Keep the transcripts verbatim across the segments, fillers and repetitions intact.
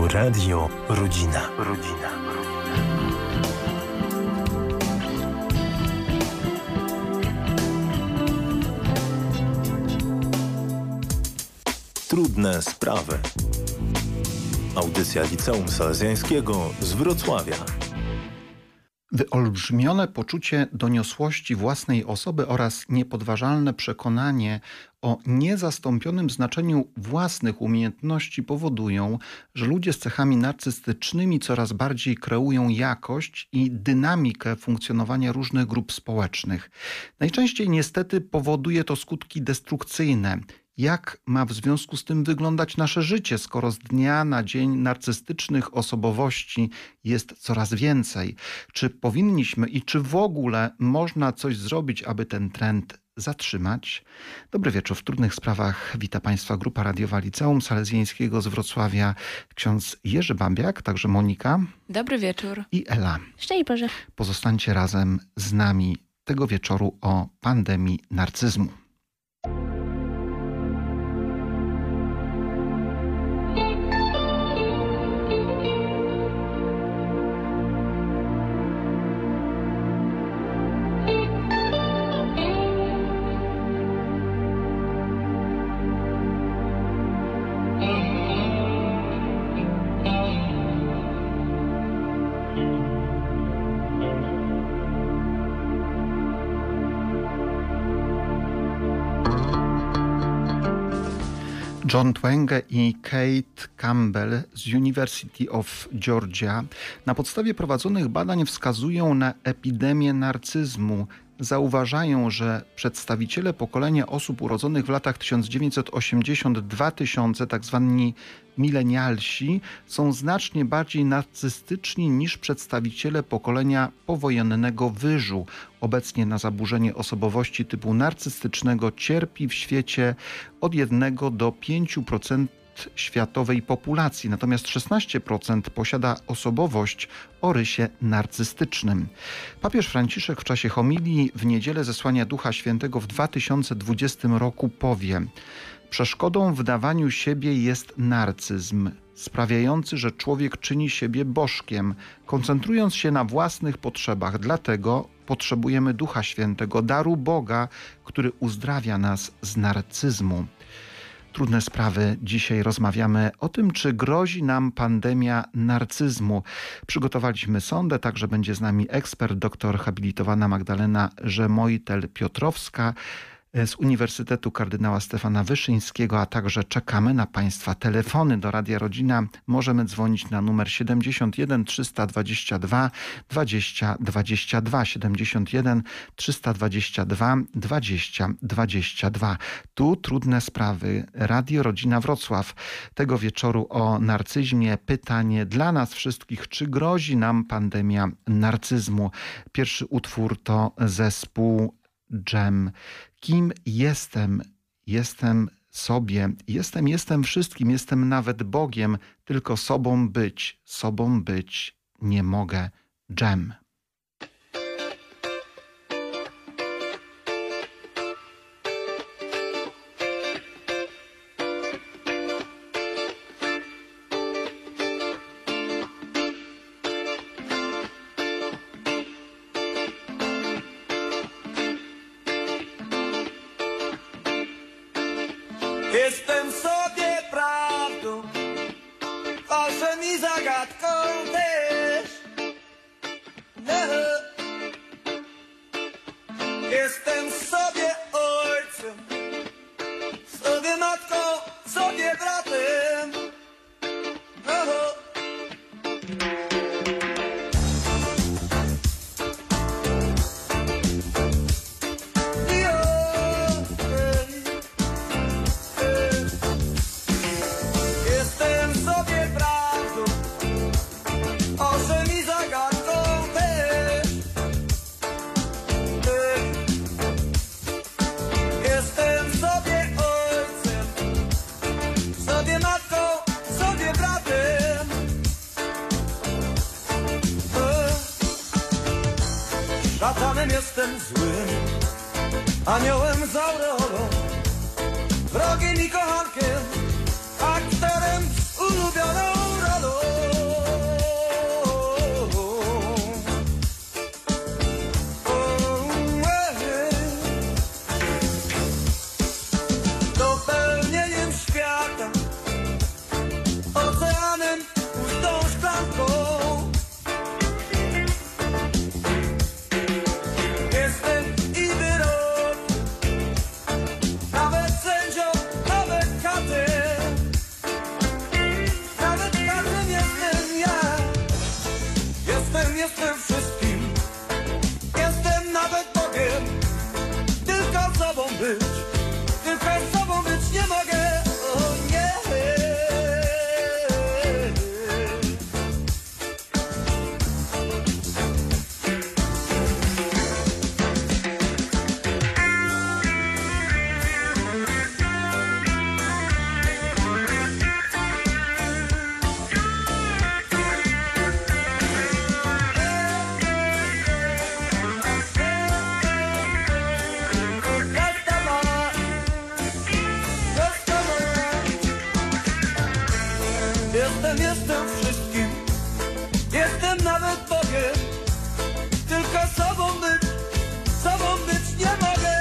Tu Radio Rodzina. Rodzina. Trudne sprawy. Audycja Liceum Salezjańskiego z Wrocławia. Wyolbrzymione poczucie doniosłości własnej osoby oraz niepodważalne przekonanie o niezastąpionym znaczeniu własnych umiejętności powodują, że ludzie z cechami narcystycznymi coraz bardziej kreują jakość i dynamikę funkcjonowania różnych grup społecznych. Najczęściej niestety powoduje to skutki destrukcyjne. Jak ma w związku z tym wyglądać nasze życie, skoro z dnia na dzień narcystycznych osobowości jest coraz więcej? Czy powinniśmy i czy w ogóle można coś zrobić, aby ten trend zatrzymać? Dobry wieczór. W Trudnych Sprawach wita Państwa grupa radiowa Liceum Salezjańskiego z Wrocławia. Ksiądz Jerzy Bambiak, także Monika. Dobry wieczór. I Ela. Szczęść Boże. Pozostańcie razem z nami tego wieczoru o pandemii narcyzmu. John Twenge i Kate Campbell z University of Georgia na podstawie prowadzonych badań wskazują na epidemię narcyzmu. Zauważają, że przedstawiciele pokolenia osób urodzonych w latach tysiąc dziewięćset osiemdziesiąt do dwa tysiące, tak zwani milenialsi, są znacznie bardziej narcystyczni niż przedstawiciele pokolenia powojennego wyżu. Obecnie na zaburzenie osobowości typu narcystycznego cierpi w świecie od jednego do pięciu procent światowej populacji, natomiast szesnaście procent posiada osobowość o rysie narcystycznym. Papież Franciszek w czasie homilii w niedzielę Zesłania Ducha Świętego w dwa tysiące dwudziestym roku powie: przeszkodą w dawaniu siebie jest narcyzm, sprawiający, że człowiek czyni siebie bożkiem, koncentrując się na własnych potrzebach. Dlatego potrzebujemy Ducha Świętego, daru Boga, który uzdrawia nas z narcyzmu. Trudne sprawy. Dzisiaj rozmawiamy o tym, czy grozi nam pandemia narcyzmu. Przygotowaliśmy sondę, także będzie z nami ekspert, doktor habilitowana Magdalena Rzemojtel-Piotrowska z Uniwersytetu Kardynała Stefana Wyszyńskiego, a także czekamy na Państwa telefony do Radia Rodzina. Możemy dzwonić na numer siedemdziesiąt jeden trzysta dwadzieścia dwa dwadzieścia dwadzieścia dwa, siedemdziesiąt jeden trzysta dwadzieścia dwa dwadzieścia dwadzieścia dwa. Tu Trudne Sprawy, Radio Rodzina Wrocław. Tego wieczoru o narcyzmie pytanie dla nas wszystkich, czy grozi nam pandemia narcyzmu. Pierwszy utwór to zespół Dżem. Kim jestem? Jestem sobie. Jestem, jestem wszystkim. Jestem nawet Bogiem. Tylko sobą być. Sobą być nie mogę. Dżem. Jestem sobie prawdą, fałszem i zagadką też. No. Jestem sobie ojcem, sobie matką, sobie bratem. No. Szatanem jestem złym, aniołem z aurorą, wrogiem i kochankiem, aktorem z ulubioną rolą. Jestem, jestem wszystkim, jestem nawet Bogiem, tylko sobą być, sobą być nie mogę.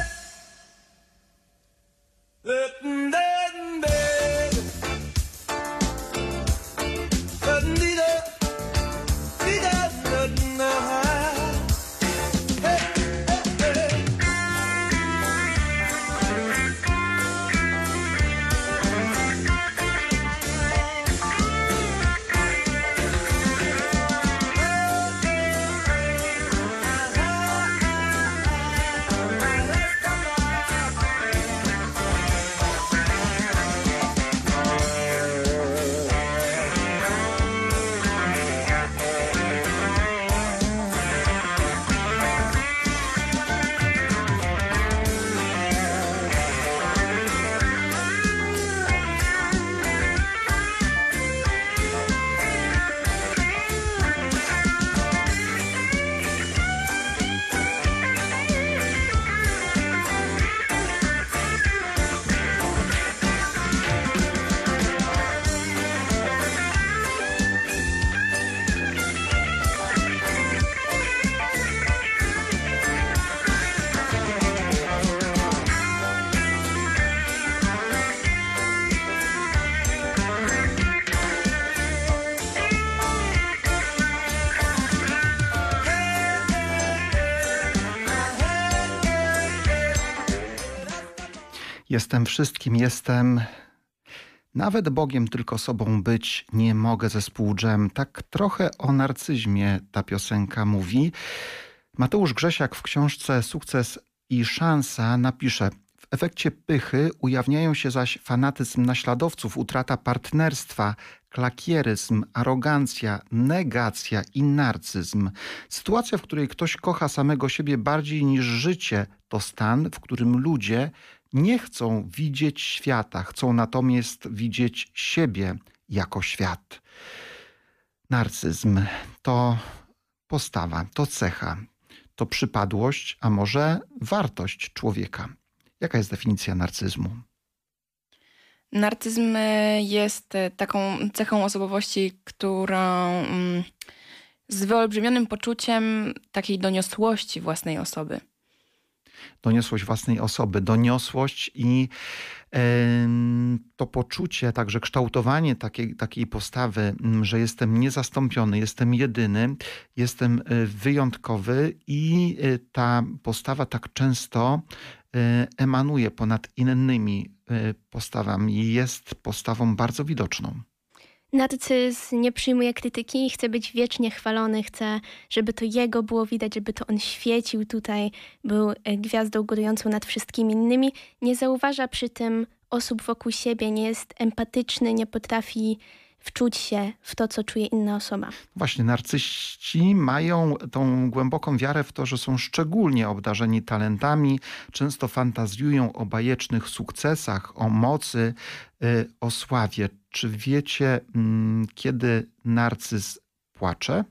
Jestem wszystkim, jestem nawet Bogiem, tylko sobą być nie mogę. Zespół Dżem. Tak trochę o narcyzmie ta piosenka mówi. Mateusz Grzesiak w książce Sukces i szansa napisze: w efekcie pychy ujawniają się zaś fanatyzm naśladowców, utrata partnerstwa, klakieryzm, arogancja, negacja i narcyzm. Sytuacja, w której ktoś kocha samego siebie bardziej niż życie, to stan, w którym ludzie nie chcą widzieć świata, chcą natomiast widzieć siebie jako świat. Narcyzm to postawa, to cecha, to przypadłość, a może wartość człowieka. Jaka jest definicja narcyzmu? Narcyzm jest taką cechą osobowości, którą z wyolbrzymionym poczuciem takiej doniosłości własnej osoby. Doniosłość własnej osoby, doniosłość i e, to poczucie, także kształtowanie takiej, takiej postawy, że jestem niezastąpiony, jestem jedyny, jestem wyjątkowy i ta postawa tak często emanuje ponad innymi postawami. Jest postawą bardzo widoczną. Narcyz nie przyjmuje krytyki, chce być wiecznie chwalony, chce, żeby to jego było widać, żeby to on świecił tutaj, był gwiazdą górującą nad wszystkimi innymi. Nie zauważa przy tym osób wokół siebie, nie jest empatyczny, nie potrafi wczuć się w to, co czuje inna osoba. Właśnie, narcyści mają tą głęboką wiarę w to, że są szczególnie obdarzeni talentami, często fantazjują o bajecznych sukcesach, o mocy, o sławie. Czy wiecie, kiedy narcyz płacze?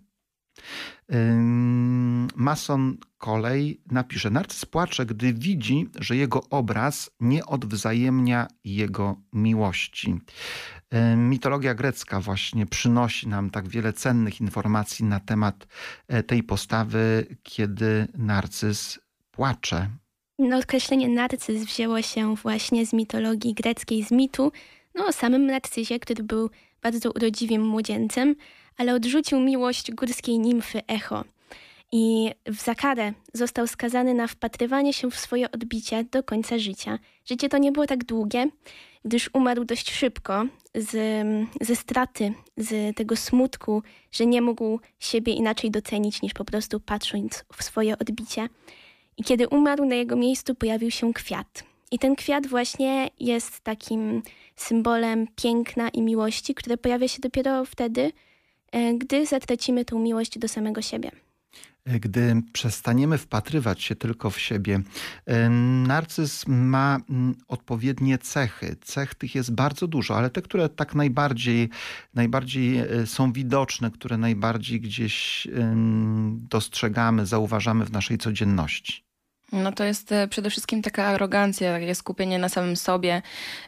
Mason Kolej napisze: narcyz płacze, gdy widzi, że jego obraz nie odwzajemnia jego miłości. Mitologia grecka właśnie przynosi nam tak wiele cennych informacji na temat tej postawy, kiedy narcyz płacze. No, określenie narcyz wzięło się właśnie z mitologii greckiej, z mitu, no, o samym narcyzie, który był bardzo urodziwym młodzieńcem, ale odrzucił miłość górskiej nimfy Echo. I w za karę został skazany na wpatrywanie się w swoje odbicie do końca życia. Życie to nie było tak długie, gdyż umarł dość szybko z, ze straty, z tego smutku, że nie mógł siebie inaczej docenić niż po prostu patrząc w swoje odbicie. I kiedy umarł, na jego miejscu pojawił się kwiat. I ten kwiat właśnie jest takim symbolem piękna i miłości, które pojawia się dopiero wtedy, gdy zatracimy tą miłość do samego siebie. Gdy przestaniemy wpatrywać się tylko w siebie. Narcyz ma odpowiednie cechy. Cech tych jest bardzo dużo, ale te, które tak najbardziej, najbardziej są widoczne, które najbardziej gdzieś dostrzegamy, zauważamy w naszej codzienności. No to jest e, przede wszystkim taka arogancja, takie skupienie na samym sobie,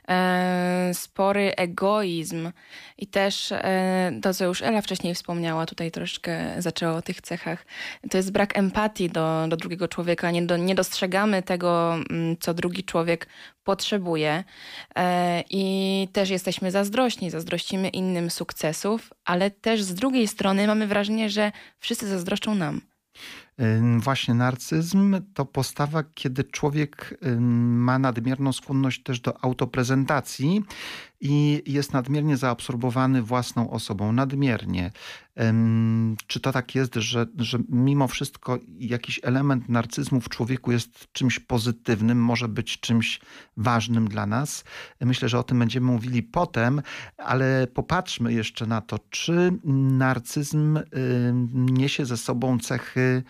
e, spory egoizm i też e, to, co już Ela wcześniej wspomniała, tutaj troszeczkę zaczęła o tych cechach, to jest brak empatii do, do drugiego człowieka, nie, do, nie dostrzegamy tego, co drugi człowiek potrzebuje e, i też jesteśmy zazdrośni, zazdrościmy innym sukcesów, ale też z drugiej strony mamy wrażenie, że wszyscy zazdroszczą nam. Właśnie narcyzm to postawa, kiedy człowiek ma nadmierną skłonność też do autoprezentacji i jest nadmiernie zaabsorbowany własną osobą. Nadmiernie. Czy to tak jest, że, że mimo wszystko jakiś element narcyzmu w człowieku jest czymś pozytywnym, może być czymś ważnym dla nas? Myślę, że o tym będziemy mówili potem, ale popatrzmy jeszcze na to, czy narcyzm niesie ze sobą cechy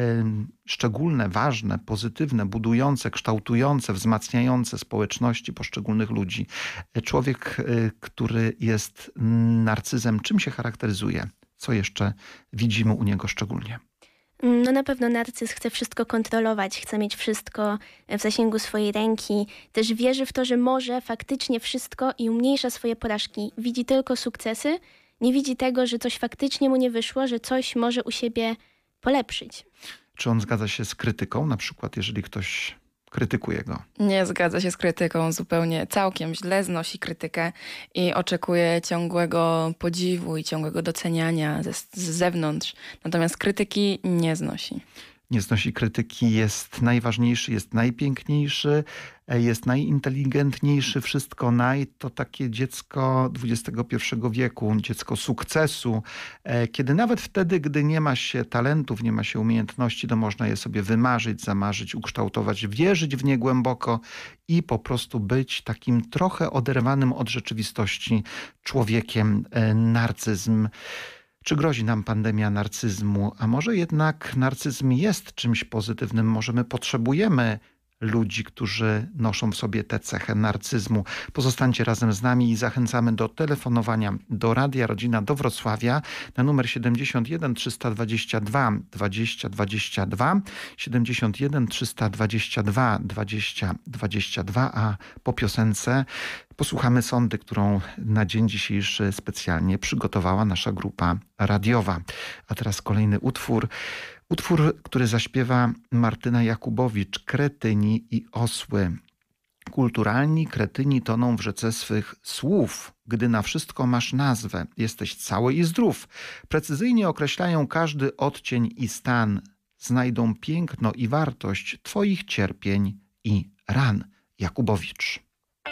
szczególne, ważne, pozytywne, budujące, kształtujące, wzmacniające społeczności poszczególnych ludzi. Człowiek, który jest narcyzem, czym się charakteryzuje? Co jeszcze widzimy u niego szczególnie? No na pewno narcyz chce wszystko kontrolować, chce mieć wszystko w zasięgu swojej ręki. Też wierzy w to, że może faktycznie wszystko i umniejsza swoje porażki. Widzi tylko sukcesy, nie widzi tego, że coś faktycznie mu nie wyszło, że coś może u siebie polepszyć. Czy on zgadza się z krytyką, na przykład jeżeli ktoś krytykuje go? Nie zgadza się z krytyką, zupełnie całkiem źle znosi krytykę i oczekuje ciągłego podziwu i ciągłego doceniania ze, z zewnątrz. Natomiast krytyki nie znosi. Nie znosi krytyki, jest najważniejszy, jest najpiękniejszy, jest najinteligentniejszy, wszystko naj, to takie dziecko dwudziestego pierwszego wieku, dziecko sukcesu, kiedy nawet wtedy, gdy nie ma się talentów, nie ma się umiejętności, to można je sobie wymarzyć, zamarzyć, ukształtować, wierzyć w nie głęboko i po prostu być takim trochę oderwanym od rzeczywistości człowiekiem. Narcyzm. Czy grozi nam pandemia narcyzmu? A może jednak narcyzm jest czymś pozytywnym? Może my potrzebujemy ludzi, którzy noszą w sobie tę cechę narcyzmu. Pozostańcie razem z nami i zachęcamy do telefonowania do Radia Rodzina do Wrocławia na numer siedemdziesiąt jeden trzysta dwadzieścia dwa dwadzieścia dwadzieścia dwa, siedemdziesiąt jeden trzysta dwadzieścia dwa dwadzieścia dwadzieścia dwa, a po piosence posłuchamy sondy, którą na dzień dzisiejszy specjalnie przygotowała nasza grupa radiowa. A teraz kolejny utwór. Utwór, który zaśpiewa Martyna Jakubowicz, Kretyni i osły. Kulturalni kretyni toną w rzece swych słów. Gdy na wszystko masz nazwę, jesteś cały i zdrów. Precyzyjnie określają każdy odcień i stan. Znajdą piękno i wartość twoich cierpień i ran. Jakubowicz.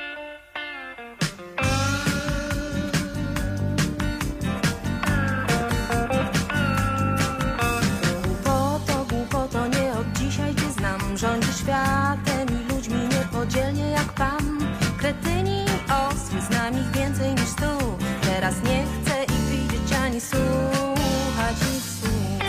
Rządzi światem i ludźmi niepodzielnie jak Pan. Kretyni i osły, znam ich więcej niż stu. Teraz nie chcę ich widzieć ani słuchać ich słów.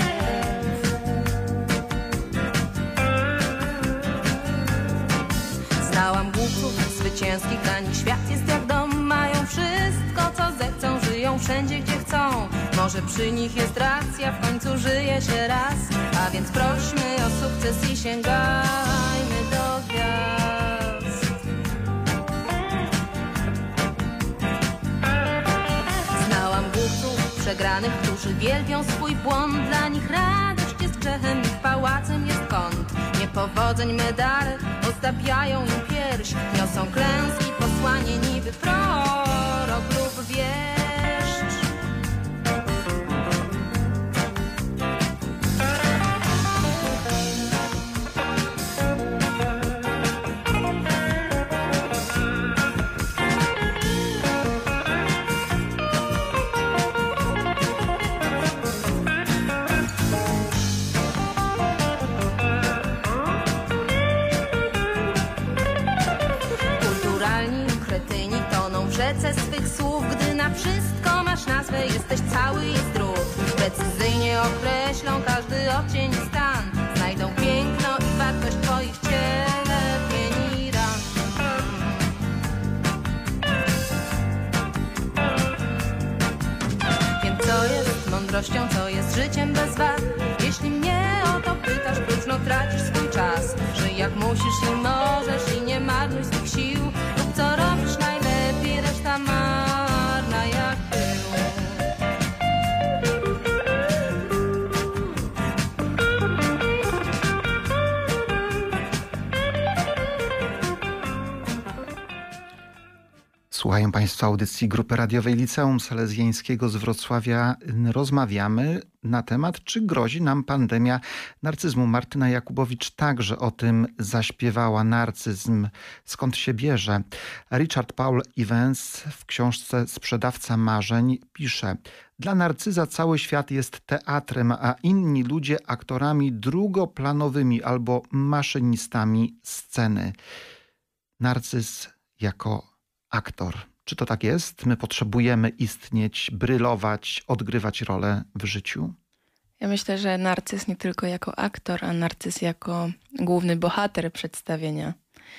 Znałam głupców zwycięskich, dla nich świat jest jak dom. Mają wszystko co zechcą, żyją wszędzie gdzie chcą. Może przy nich jest racja, w końcu żyje się raz. A więc prośmy o sukces i sięgajmy do gwiazd. Znałam głupców przegranych, którzy wielbią swój błąd. Dla nich radość jest grzechem, ich pałacem jest kąt. Niepowodzeń medale ozdabiają im pierś. Niosą klęski, posłanie niby prorok lub wieszcz. Ze swych słów, gdy na wszystko masz nazwę, jesteś cały i zdrów. Precyzyjnie określą każdy odcień i stan. Znajdą piękno i wartość twoich cierpień i ran. Wiem, co jest mądrością, co jest życiem bez wad. Jeśli mnie o to pytasz, próżno tracisz swój czas. czas. Żyj jak musisz i możesz i nie marnuj swych sił. Rób co robisz najlepiej, reszta marna jak pył. Słuchają Państwo audycji Grupy Radiowej Liceum Salezjańskiego z Wrocławia. Rozmawiamy na temat, czy grozi nam pandemia narcyzmu. Martyna Jakubowicz także o tym zaśpiewała. Narcyzm, skąd się bierze? Richard Paul Evans w książce Sprzedawca marzeń pisze: dla narcyza cały świat jest teatrem, a inni ludzie aktorami drugoplanowymi albo maszynistami sceny. Narcyz jako aktor. Czy to tak jest? My potrzebujemy istnieć, brylować, odgrywać rolę w życiu? Ja myślę, że narcyz nie tylko jako aktor, a narcyz jako główny bohater przedstawienia.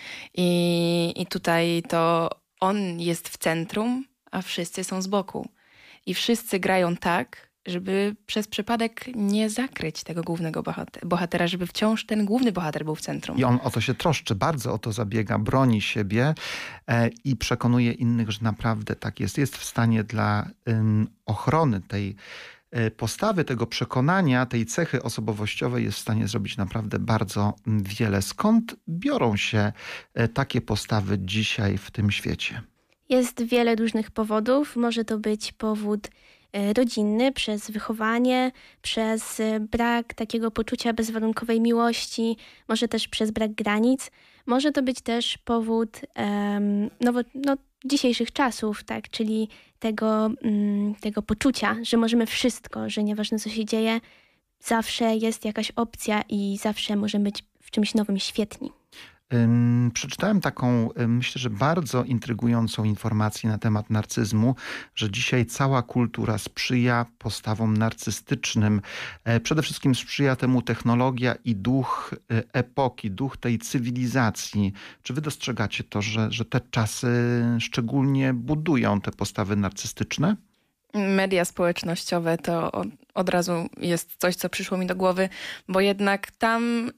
I, i tutaj to on jest w centrum, a wszyscy są z boku. I wszyscy grają tak, żeby przez przypadek nie zakryć tego głównego bohatera, żeby wciąż ten główny bohater był w centrum. I on o to się troszczy, bardzo o to zabiega, broni siebie e, i przekonuje innych, że naprawdę tak jest. Jest w stanie dla ym, ochrony tej y, postawy, tego przekonania, tej cechy osobowościowej jest w stanie zrobić naprawdę bardzo wiele. Skąd biorą się y, takie postawy dzisiaj w tym świecie? Jest wiele różnych powodów. Może to być powód rodzinny, przez wychowanie, przez brak takiego poczucia bezwarunkowej miłości, może też przez brak granic. Może to być też powód um, no, no, dzisiejszych czasów, tak, czyli tego, um, tego poczucia, że możemy wszystko, że nieważne co się dzieje, zawsze jest jakaś opcja i zawsze możemy być w czymś nowym świetni. Um, przeczytałem taką, myślę, że bardzo intrygującą informację na temat narcyzmu, że dzisiaj cała kultura sprzyja postawom narcystycznym. E, przede wszystkim sprzyja temu technologia i duch epoki, duch tej cywilizacji. Czy wy dostrzegacie to, że, że te czasy szczególnie budują te postawy narcystyczne? Media społecznościowe to od, od razu jest coś, co przyszło mi do głowy, bo jednak tam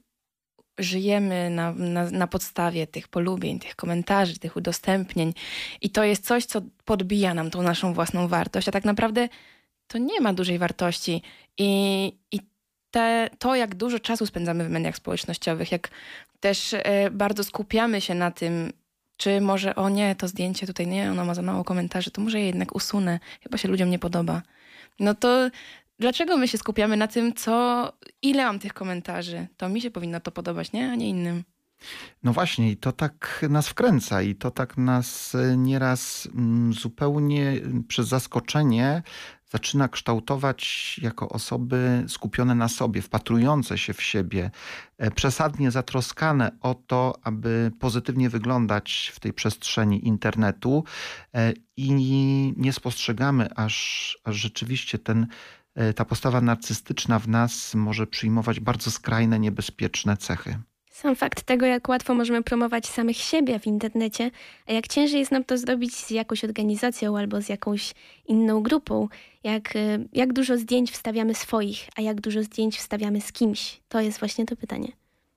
żyjemy na, na, na podstawie tych polubień, tych komentarzy, tych udostępnień i to jest coś, co podbija nam tą naszą własną wartość, a tak naprawdę to nie ma dużej wartości i, i te, to, jak dużo czasu spędzamy w mediach społecznościowych, jak też e, bardzo skupiamy się na tym, czy może, o nie, to zdjęcie tutaj nie, ono ma za mało komentarzy, to może je jednak usunę, chyba się ludziom nie podoba. No to dlaczego my się skupiamy na tym, co, ile mam tych komentarzy? To mi się powinno to podobać, nie? A nie innym. No właśnie, i to tak nas wkręca i to tak nas nieraz zupełnie przez zaskoczenie zaczyna kształtować jako osoby skupione na sobie, wpatrujące się w siebie, przesadnie zatroskane o to, aby pozytywnie wyglądać w tej przestrzeni internetu i nie spostrzegamy, aż, aż rzeczywiście ten ta postawa narcystyczna w nas może przyjmować bardzo skrajne, niebezpieczne cechy. Sam fakt tego, jak łatwo możemy promować samych siebie w internecie, a jak ciężej jest nam to zrobić z jakąś organizacją albo z jakąś inną grupą. Jak, jak dużo zdjęć wstawiamy swoich, a jak dużo zdjęć wstawiamy z kimś. To jest właśnie to pytanie.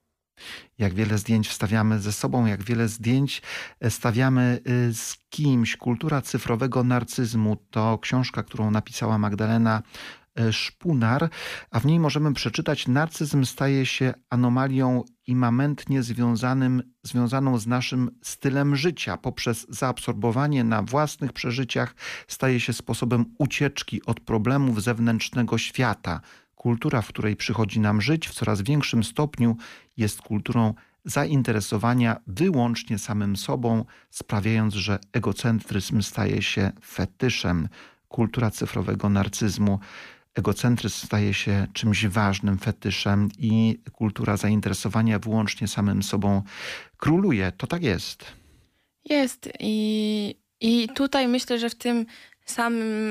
Jak wiele zdjęć wstawiamy ze sobą, jak wiele zdjęć stawiamy z kimś. Kultura cyfrowego narcyzmu to książka, którą napisała Magdalena Szpunar, a w niej możemy przeczytać: narcyzm staje się anomalią immamentnie związanym, związaną z naszym stylem życia. Poprzez zaabsorbowanie na własnych przeżyciach staje się sposobem ucieczki od problemów zewnętrznego świata. Kultura, w której przychodzi nam żyć, w coraz większym stopniu jest kulturą zainteresowania wyłącznie samym sobą, sprawiając, że egocentryzm staje się fetyszem. Kultura cyfrowego narcyzmu. Egocentryzm staje się czymś ważnym, fetyszem i kultura zainteresowania wyłącznie samym sobą króluje. To tak jest. Jest i, i tutaj myślę, że w tym Samym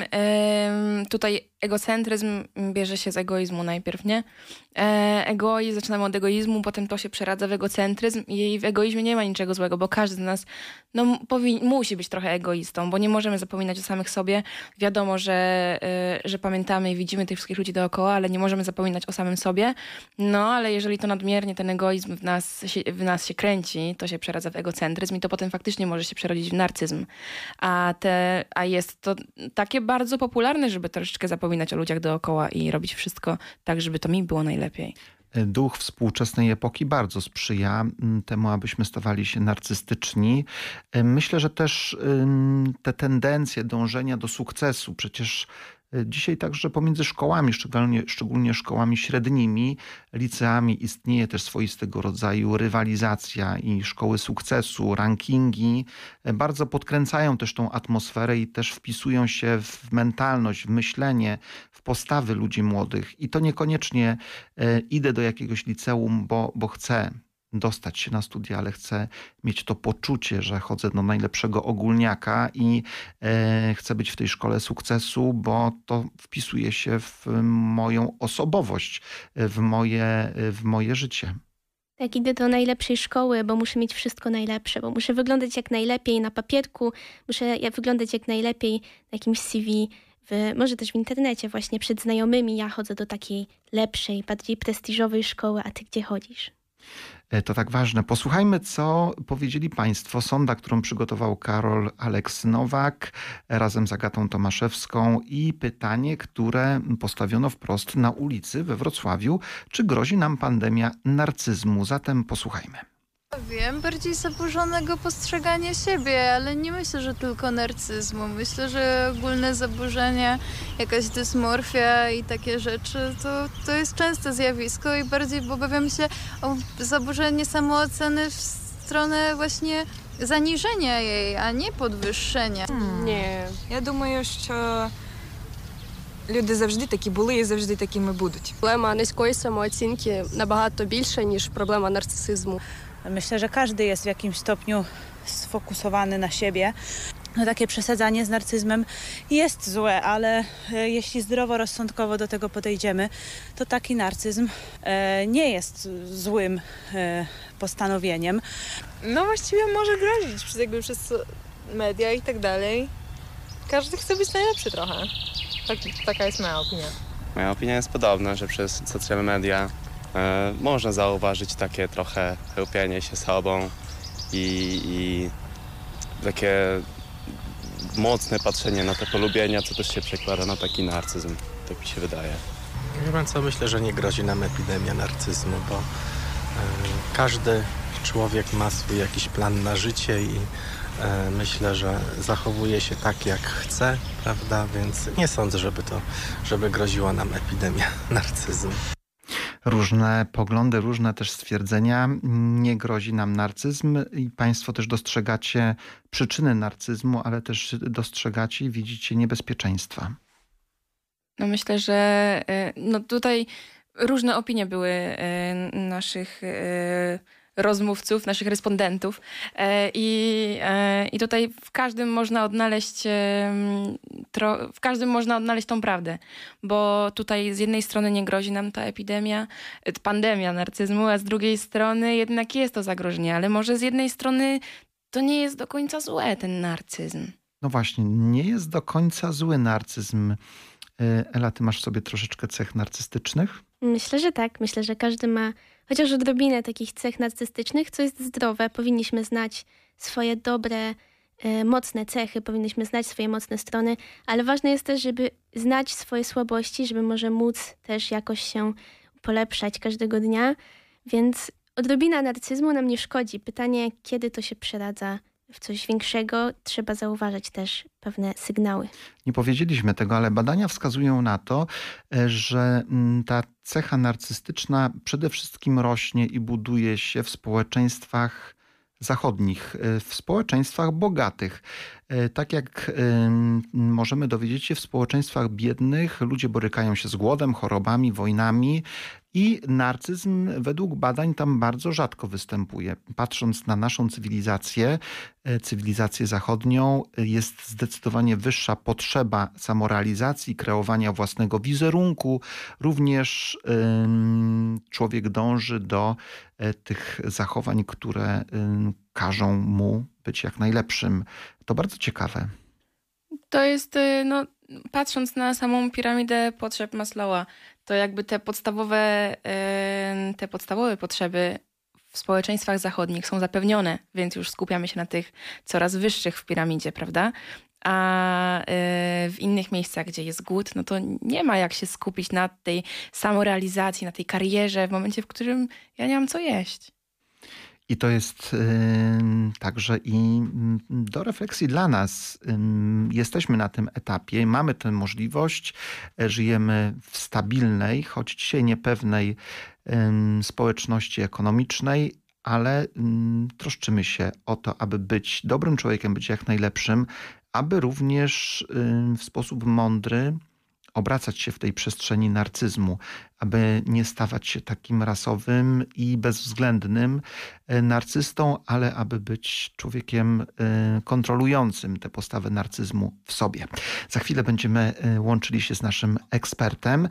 em, tutaj egocentryzm bierze się z egoizmu najpierw, nie? E, egoizm, zaczynamy od egoizmu, potem to się przeradza w egocentryzm i w egoizmie nie ma niczego złego, bo każdy z nas no, powi- musi być trochę egoistą, bo nie możemy zapominać o samych sobie. Wiadomo, że, e, że pamiętamy i widzimy tych wszystkich ludzi dookoła, ale nie możemy zapominać o samym sobie. No, ale jeżeli to nadmiernie ten egoizm w nas się, w nas się kręci, to się przeradza w egocentryzm i to potem faktycznie może się przerodzić w narcyzm. A, te, a jest to takie bardzo popularne, żeby troszeczkę zapominać o ludziach dookoła i robić wszystko tak, żeby to mi było najlepiej. Duch współczesnej epoki bardzo sprzyja temu, abyśmy stawali się narcystyczni. Myślę, że też te tendencje dążenia do sukcesu, przecież dzisiaj także pomiędzy szkołami, szczególnie, szczególnie szkołami średnimi, liceami istnieje też swoistego rodzaju rywalizacja i szkoły sukcesu, rankingi bardzo podkręcają też tą atmosferę i też wpisują się w mentalność, w myślenie, w postawy ludzi młodych. I to niekoniecznie e, idę do jakiegoś liceum, bo, bo chcę dostać się na studia, ale chcę mieć to poczucie, że chodzę do najlepszego ogólniaka i e, chcę być w tej szkole sukcesu, bo to wpisuje się w moją osobowość, w moje, w moje życie. Tak, idę do najlepszej szkoły, bo muszę mieć wszystko najlepsze, bo muszę wyglądać jak najlepiej na papierku, muszę wyglądać jak najlepiej na jakimś C V, w, może też w internecie właśnie przed znajomymi. Ja chodzę do takiej lepszej, bardziej prestiżowej szkoły, a ty gdzie chodzisz? To tak ważne. Posłuchajmy, co powiedzieli Państwo. Sonda, którą przygotował Karol Aleks Nowak razem z Agatą Tomaszewską i pytanie, które postawiono wprost na ulicy we Wrocławiu. Czy grozi nam pandemia narcyzmu? Zatem posłuchajmy. Wiem, bardziej zaburzonego postrzegania siebie, ale nie myślę, że tylko narcyzmu. Myślę, że ogólne zaburzenia, jakaś dysmorfia i takie rzeczy, to, to jest częste zjawisko i bardziej obawiam się o zaburzenie samooceny w stronę właśnie zaniżenia jej, a не підвищення. Ні, я думаю, що люди завжди такі були і завжди такими будуть. Проблема низької самооцінки набагато більша, ніж проблема нарцисизму. Myślę, że każdy jest w jakimś stopniu sfokusowany na siebie. No, takie przesadzanie z narcyzmem jest złe, ale e, jeśli zdroworozsądkowo do tego podejdziemy, to taki narcyzm e, nie jest złym e, postanowieniem. No właściwie może grozić przez, jakby przez media i tak dalej. Każdy chce być najlepszy trochę. Tak, taka jest moja opinia. Moja opinia jest podobna, że przez social media e, można zauważyć takie trochę chełpienie się sobą i, i takie mocne patrzenie na te polubienia, co też się przekłada na taki narcyzm, tak mi się wydaje. Wie pan co, myślę, że nie grozi nam epidemia narcyzmu, bo e, każdy człowiek ma swój jakiś plan na życie i e, myślę, że zachowuje się tak jak chce, prawda, więc nie sądzę, żeby to, żeby groziła nam epidemia narcyzmu. Różne poglądy, różne też stwierdzenia. Nie grozi nam narcyzm i Państwo też dostrzegacie przyczyny narcyzmu, ale też dostrzegacie i widzicie niebezpieczeństwa. No myślę, że no tutaj różne opinie były naszych rozmówców, naszych respondentów i, i tutaj w każdym można odnaleźć w każdym można odnaleźć tą prawdę, bo tutaj z jednej strony nie grozi nam ta epidemia, pandemia narcyzmu, a z drugiej strony jednak jest to zagrożenie, ale może z jednej strony to nie jest do końca złe, ten narcyzm. No właśnie, nie jest do końca zły narcyzm. Ela, ty masz w sobie troszeczkę cech narcystycznych? Myślę, że tak. Myślę, że każdy ma chociaż odrobinę takich cech narcystycznych, co jest zdrowe. Powinniśmy znać swoje dobre, e, mocne cechy, powinniśmy znać swoje mocne strony, ale ważne jest też, żeby znać swoje słabości, żeby może móc też jakoś się polepszać każdego dnia. Więc odrobina narcyzmu nam nie szkodzi. Pytanie, kiedy to się przeradza w coś większego, trzeba zauważać też pewne sygnały. Nie powiedzieliśmy tego, ale badania wskazują na to, że ta cecha narcystyczna przede wszystkim rośnie i buduje się w społeczeństwach zachodnich, w społeczeństwach bogatych. Tak jak możemy dowiedzieć się, w społeczeństwach biednych ludzie borykają się z głodem, chorobami, wojnami i narcyzm według badań tam bardzo rzadko występuje. Patrząc na naszą cywilizację, cywilizację zachodnią, jest zdecydowanie wyższa potrzeba samorealizacji, kreowania własnego wizerunku. Również ym, człowiek dąży do y, tych zachowań, które y, każą mu być jak najlepszym. To bardzo ciekawe. To jest, no, patrząc na samą piramidę potrzeb Maslowa, to jakby te podstawowe, te podstawowe potrzeby w społeczeństwach zachodnich są zapewnione, więc już skupiamy się na tych coraz wyższych w piramidzie, prawda? A w innych miejscach, gdzie jest głód, no to nie ma jak się skupić na tej samorealizacji, na tej karierze w momencie, w którym ja nie mam co jeść. I to jest y, także i do refleksji dla nas. Y, jesteśmy na tym etapie, mamy tę możliwość, żyjemy w stabilnej, choć dzisiaj niepewnej y, społeczności ekonomicznej, ale y, troszczymy się o to, aby być dobrym człowiekiem, być jak najlepszym, aby również y, w sposób mądry obracać się w tej przestrzeni narcyzmu, aby nie stawać się takim rasowym i bezwzględnym narcystą, ale aby być człowiekiem kontrolującym tę postawę narcyzmu w sobie. Za chwilę będziemy łączyli się z naszym ekspertem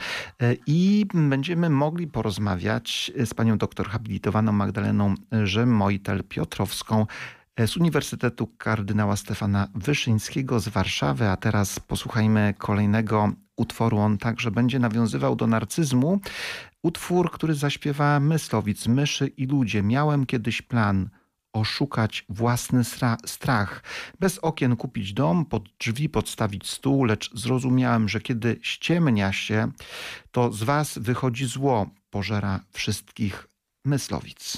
i będziemy mogli porozmawiać z panią doktor habilitowaną Magdaleną Rzemojtel-Piotrowską z Uniwersytetu Kardynała Stefana Wyszyńskiego z Warszawy. A teraz posłuchajmy kolejnego utworu. On także będzie nawiązywał do narcyzmu. Utwór, który zaśpiewa Myslowic, Myszy i ludzie. Miałem kiedyś plan oszukać własny strach. Bez okien kupić dom, pod drzwi podstawić stół, lecz zrozumiałem, że kiedy ściemnia się, to z was wychodzi zło, pożera wszystkich Myslowic.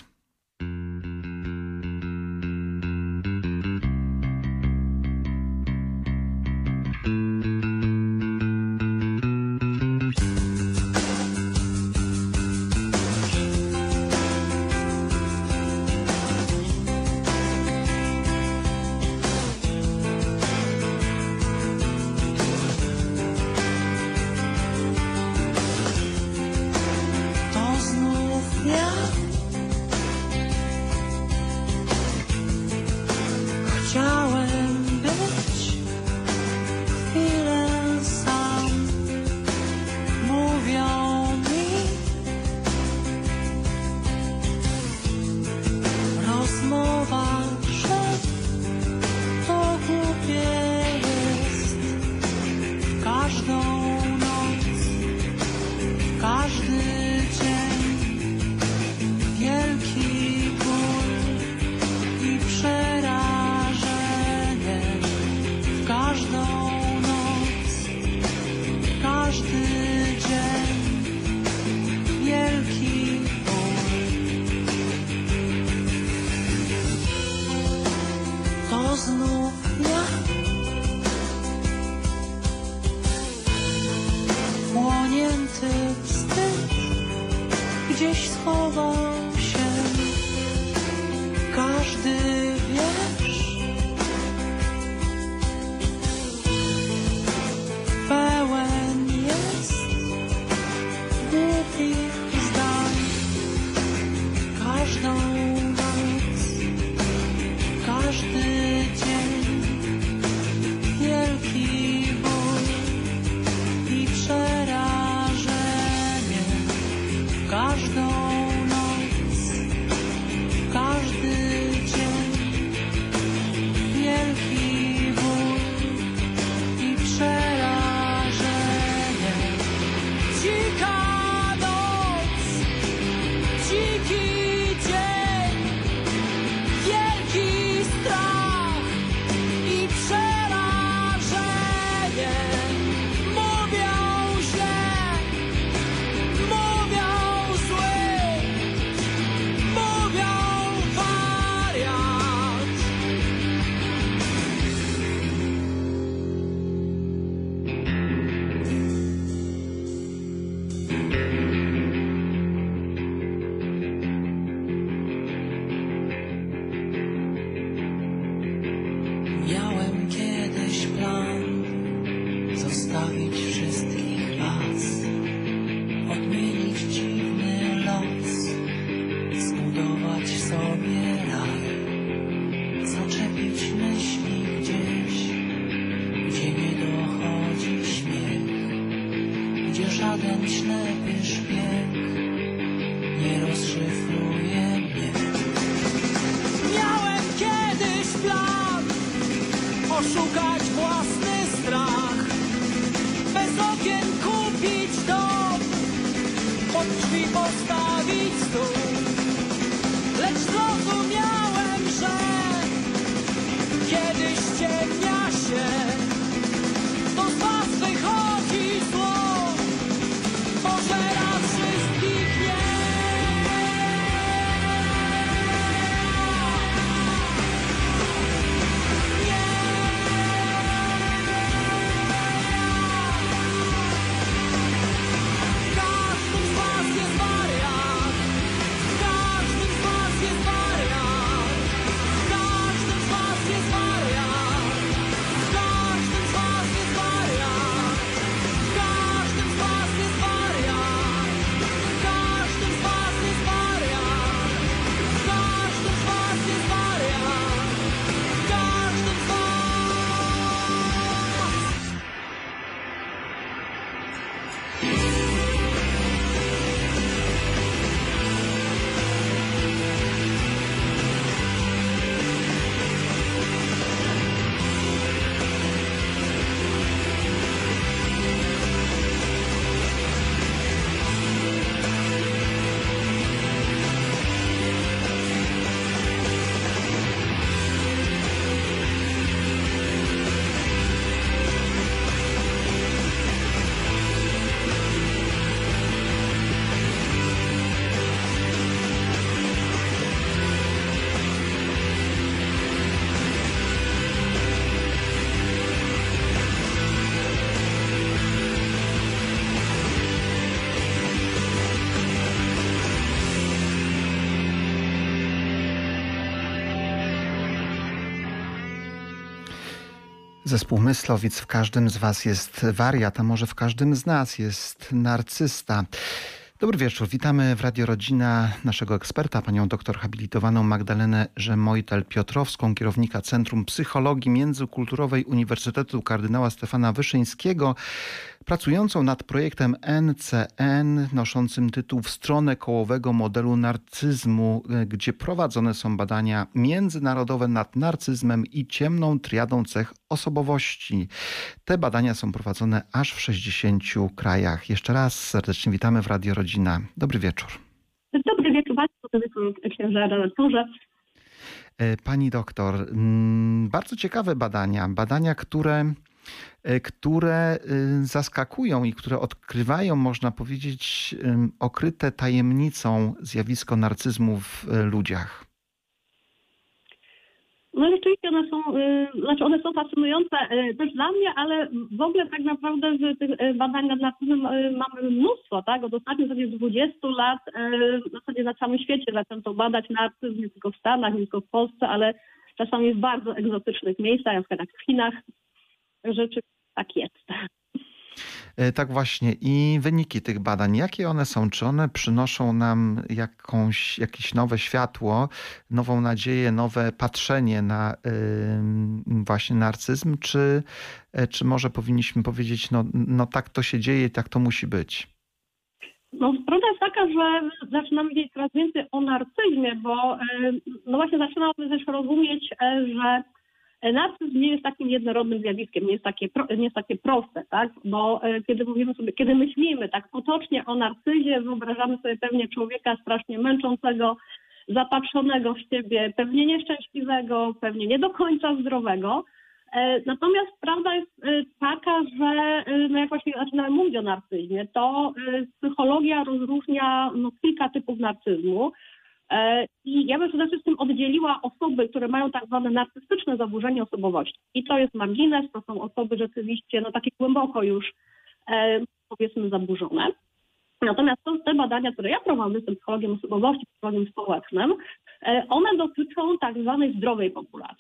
Każdą noc zostawić wszystkich was, odmienić dziwny los, zbudować sobie raj, zaczepić myśli gdzieś, gdzie nie dochodzi śmiech, gdzie żaden ślepy szpieg nie rozszyfruje mnie. Miałem kiedyś plan oszukać własny strach, bez okien kupić dom, pod drzwi postawić stół, lecz zrozumiałem, że kiedyś ściemnia się, to z was wychodzi zło, pożera wszystkich nie. Zespół Myslowic. W każdym z was jest wariat, a może w każdym z nas jest narcysta. Dobry wieczór. Witamy w Radio Rodzina naszego eksperta, panią doktor habilitowaną Magdalenę Rzemojtel-Piotrowską, kierownika Centrum Psychologii Międzykulturowej Uniwersytetu Kardynała Stefana Wyszyńskiego, pracującą nad projektem N C N noszącym tytuł W stronę kołowego modelu narcyzmu, gdzie prowadzone są badania międzynarodowe nad narcyzmem i ciemną triadą cech osobowości. Te badania są prowadzone aż w sześćdziesięciu krajach. Jeszcze raz serdecznie witamy w Radio Rodzina. Dobry wieczór. Dobry wieczór Państwu, dobry wieczór księże redaktorze. Pani doktor, bardzo ciekawe badania, badania, które które zaskakują i które odkrywają, można powiedzieć, okryte tajemnicą zjawisko narcyzmu w ludziach. No rzeczywiście one są, znaczy one są fascynujące też dla mnie, ale w ogóle tak naprawdę z tych badań nad narcyzmem mamy mnóstwo, tak? Od ostatnich dwudziestu lat w zasadzie na całym świecie zaczęto badać narcyzm, nie tylko w Stanach, nie tylko w Polsce, ale czasami w bardzo egzotycznych miejscach, na przykład jak w Chinach. Rzeczywiście tak jest. Tak właśnie. I wyniki tych badań, jakie one są? Czy one przynoszą nam jakąś, jakieś nowe światło, nową nadzieję, nowe patrzenie na y, właśnie narcyzm? Czy, czy może powinniśmy powiedzieć, no, no tak to się dzieje, tak to musi być? No, prawda jest taka, że zaczynamy wiedzieć coraz więcej o narcyzmie, bo no właśnie zaczynamy też rozumieć, że narcyzm nie jest takim jednorodnym zjawiskiem, nie jest takie, nie jest takie proste, tak? Bo kiedy mówimy sobie, kiedy myślimy tak potocznie o narcyzie, wyobrażamy sobie pewnie człowieka strasznie męczącego, zapatrzonego w siebie, pewnie nieszczęśliwego, pewnie nie do końca zdrowego. Natomiast prawda jest taka, że no jak właśnie zaczynamy mówić o narcyzmie, to psychologia rozróżnia no, kilka typów narcyzmu. I ja bym przede wszystkim oddzieliła osoby, które mają tak zwane narcystyczne zaburzenie osobowości. I to jest margines, to są osoby rzeczywiście no takie głęboko już e, powiedzmy zaburzone. Natomiast to, te badania, które ja prowadzę z psychologiem osobowości, psychologiem społecznym, e, one dotyczą tak zwanej zdrowej populacji.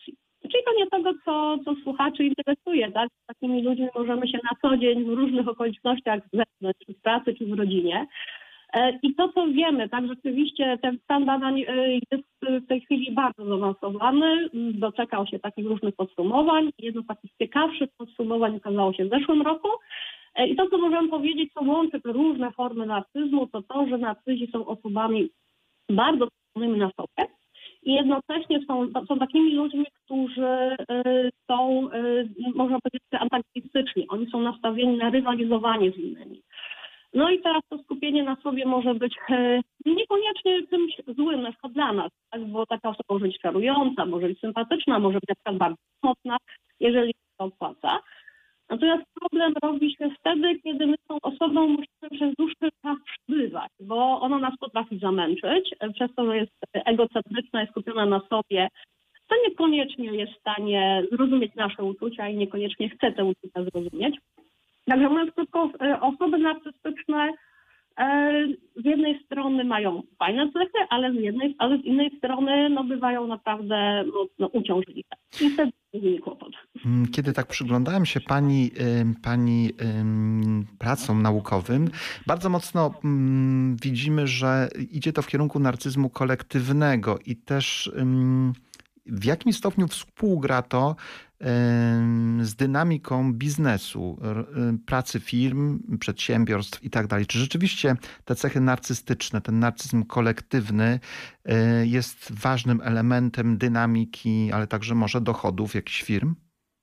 Czyli pewnie tego, co, co słuchaczy interesuje, tak? Z takimi ludźmi możemy się na co dzień w różnych okolicznościach zetknąć, czy w pracy, czy w rodzinie. I to, co wiemy, tak, rzeczywiście ten stan badań jest w tej chwili bardzo zaawansowany, doczekał się takich różnych podsumowań. Jedno z takich ciekawszych podsumowań ukazało się w zeszłym roku. I to, co możemy powiedzieć, co łączy te różne formy narcyzmu, to to, że narcyzi są osobami bardzo skupionymi na sobie i jednocześnie są, są takimi ludźmi, którzy są, można powiedzieć, antagonistyczni. Oni są nastawieni na rywalizowanie z innymi. No i teraz to skupienie na sobie może być e, niekoniecznie czymś złym, na przykład dla nas, tak? Bo taka osoba może być czarująca, może być sympatyczna, może być na przykład bardzo mocna, jeżeli to opłaca. Natomiast problem robi się wtedy, kiedy my tą osobą musimy przez dłuższy czas przebywać, bo ona nas potrafi zamęczyć, przez to, że jest egocentryczna i skupiona na sobie, to niekoniecznie jest w stanie zrozumieć nasze uczucia i niekoniecznie chce te uczucia zrozumieć. Także mówiąc krótko, osoby narcystyczne z jednej strony mają fajne cechy, ale z, jednej, ale z innej strony no, bywają naprawdę mocno uciążliwe. I wtedy jest kłopot. Kiedy tak przyglądałem się pani, pani pracom naukowym, bardzo mocno widzimy, że idzie to w kierunku narcyzmu kolektywnego i też w jakim stopniu współgra to z dynamiką biznesu, pracy firm, przedsiębiorstw i tak dalej. Czy rzeczywiście te cechy narcystyczne, ten narcyzm kolektywny jest ważnym elementem dynamiki, ale także może dochodów jakichś firm?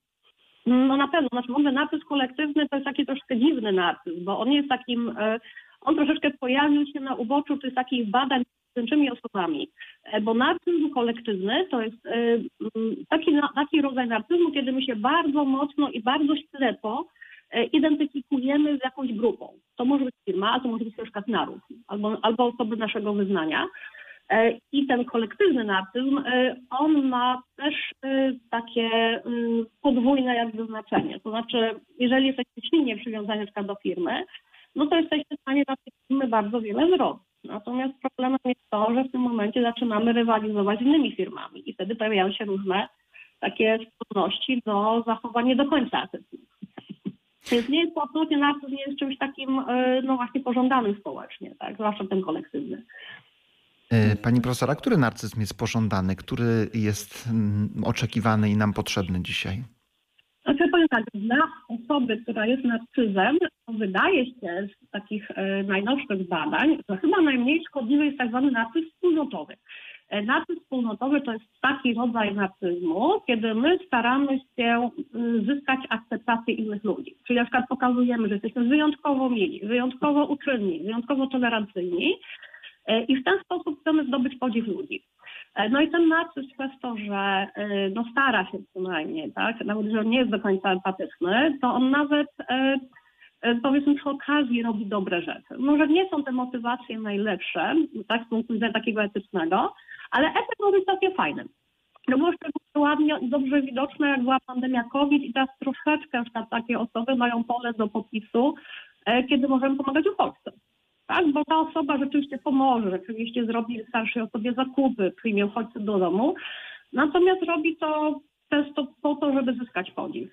No na pewno. Znaczy w ogóle narcyzm kolektywny to jest taki troszkę dziwny narcyzm, bo on jest takim, on troszeczkę pojawił się na uboczu tych takich badań z pojedynczymi osobami, bo narcyzm kolektywny to jest taki, taki rodzaj narcyzmu, kiedy my się bardzo mocno i bardzo ślepo identyfikujemy z jakąś grupą. To może być firma, a to może być na przykład naród albo, albo osoby naszego wyznania. I ten kolektywny narcyzm, on ma też takie podwójne jakby znaczenie. To znaczy, jeżeli jesteśmy silnie przywiązani na przykład do firmy, no to jesteśmy w stanie dla tej firmy bardzo wiele zrobić. Natomiast problemem jest to, że w tym momencie zaczynamy rywalizować z innymi firmami i wtedy pojawiają się różne takie skłonności do zachowania nie do końca etycznych. Więc nie jest to absolutnie narcyzm, nie jest czymś takim, no właśnie pożądanym społecznie, tak? Zwłaszcza ten kolektywny. Pani profesor, a który narcyzm jest pożądany, który jest oczekiwany i nam potrzebny dzisiaj? Znaczy powiem tak, dla osoby, która jest narcyzem, to wydaje się z takich e, najnowszych badań, że chyba najmniej szkodliwy jest tak zwany narcyzm wspólnotowy. E, narcyzm wspólnotowy to jest taki rodzaj narcyzmu, kiedy my staramy się y, zyskać akceptację innych ludzi. Czyli na przykład pokazujemy, że jesteśmy wyjątkowo mili, wyjątkowo uczynni, wyjątkowo tolerancyjni e, i w ten sposób chcemy zdobyć podziw ludzi. No i ten narcyzm przez to, że no stara się przynajmniej, tak, nawet że nie jest do końca empatyczny, to on nawet powiedzmy przy okazji robi dobre rzeczy. Może nie są te motywacje najlepsze, tak, z punktu widzenia takiego etycznego, ale efekt może być takie fajny. To było szczególnie ładnie i dobrze widoczne, jak była pandemia COVID i teraz troszeczkę na takie osoby mają pole do popisu, kiedy możemy pomagać uchodźcom. Tak, bo ta osoba rzeczywiście pomoże, rzeczywiście zrobi starszej osobie zakupy, przyjmie uchodźców do domu, natomiast robi to często po to, żeby zyskać podziw.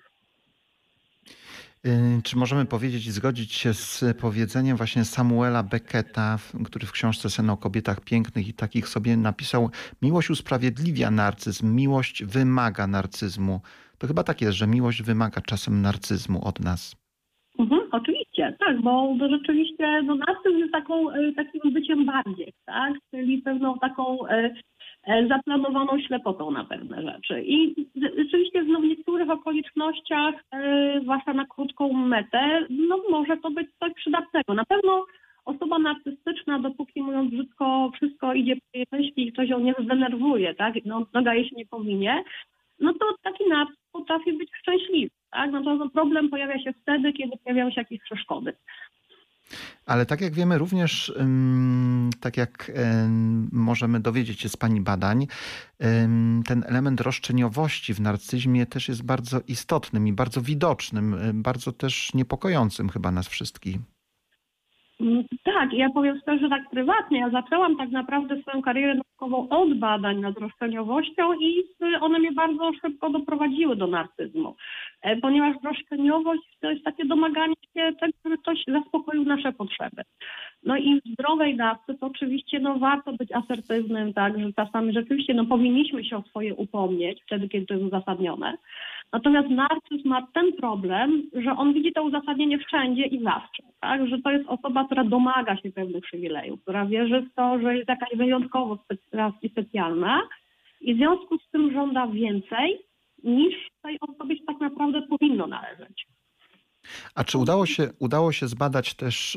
Czy możemy powiedzieć i zgodzić się z powiedzeniem właśnie Samuela Becketa, który w książce Sen o kobietach pięknych i takich sobie napisał: miłość usprawiedliwia narcyzm, miłość wymaga narcyzmu. To chyba tak jest, że miłość wymaga czasem narcyzmu od nas. Mhm, oczywiście, tak, bo to rzeczywiście no, narcyzm jest taką, takim byciem bardziej, tak, czyli pewną taką e, e, zaplanowaną ślepotą na pewne rzeczy. I rzeczywiście w niektórych okolicznościach, e, zwłaszcza na krótką metę, no może to być coś przydatnego. Na pewno osoba narcystyczna, dopóki mówiąc brzydko, wszystko idzie po jej myśli i coś ją nie zdenerwuje, tak, no, noga jej się nie powinie, no to taki narcyz potrafi być szczęśliwy. Tak? No to problem pojawia się wtedy, kiedy pojawiają się jakieś przeszkody. Ale tak jak wiemy również, tak jak możemy dowiedzieć się z pani badań, ten element roszczeniowości w narcyzmie też jest bardzo istotnym i bardzo widocznym, bardzo też niepokojącym chyba nas wszystkich. Tak, ja powiem szczerze, tak prywatnie. Ja zaczęłam tak naprawdę swoją karierę naukową od badań nad roszczeniowością i one mnie bardzo szybko doprowadziły do narcyzmu. Ponieważ roszczeniowość to jest takie domaganie się tego, żeby ktoś zaspokoił nasze potrzeby. No i w zdrowej dawce to oczywiście no, warto być asertywnym, tak, że czasami rzeczywiście no, powinniśmy się o swoje upomnieć wtedy, kiedy to jest uzasadnione. Natomiast narcyz ma ten problem, że on widzi to uzasadnienie wszędzie i zawsze, tak? Że to jest osoba, która domaga się pewnych przywilejów, która wierzy w to, że jest jakaś wyjątkowo specy- specjalna i w związku z tym żąda więcej, niż tej osobie się tak naprawdę powinno należeć. A czy udało się, udało się zbadać też,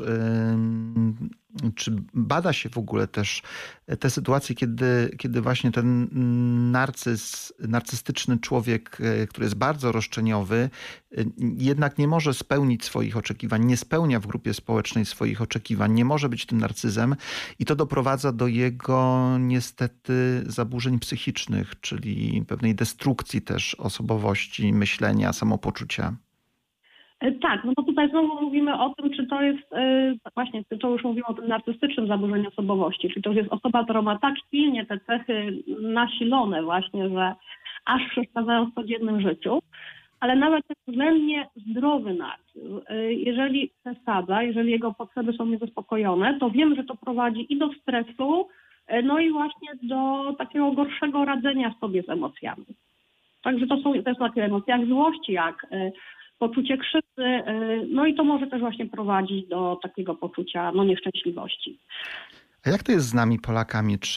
yy, czy bada się w ogóle też te sytuacje, kiedy, kiedy właśnie ten narcyz, narcystyczny człowiek, yy, który jest bardzo roszczeniowy, yy, jednak nie może spełnić swoich oczekiwań, nie spełnia w grupie społecznej swoich oczekiwań, nie może być tym narcyzem i to doprowadza do jego niestety zaburzeń psychicznych, czyli pewnej destrukcji też osobowości, myślenia, samopoczucia. Tak, no bo tutaj znowu mówimy o tym, czy to jest, yy, właśnie to już mówimy o tym narcystycznym zaburzeniu osobowości, czyli to jest osoba, która ma tak silnie te cechy nasilone właśnie, że aż przeszkadzają w codziennym życiu, ale nawet ten względnie zdrowy narcyzm, yy, jeżeli przesadza, jeżeli jego potrzeby są niezaspokojone, to wiemy, że to prowadzi i do stresu, yy, no i właśnie do takiego gorszego radzenia sobie z emocjami. Także to są też takie emocje jak złość, jak yy, poczucie krzywdy, no i to może też właśnie prowadzić do takiego poczucia no, nieszczęśliwości. A jak to jest z nami Polakami? Czy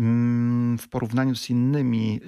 w porównaniu z innymi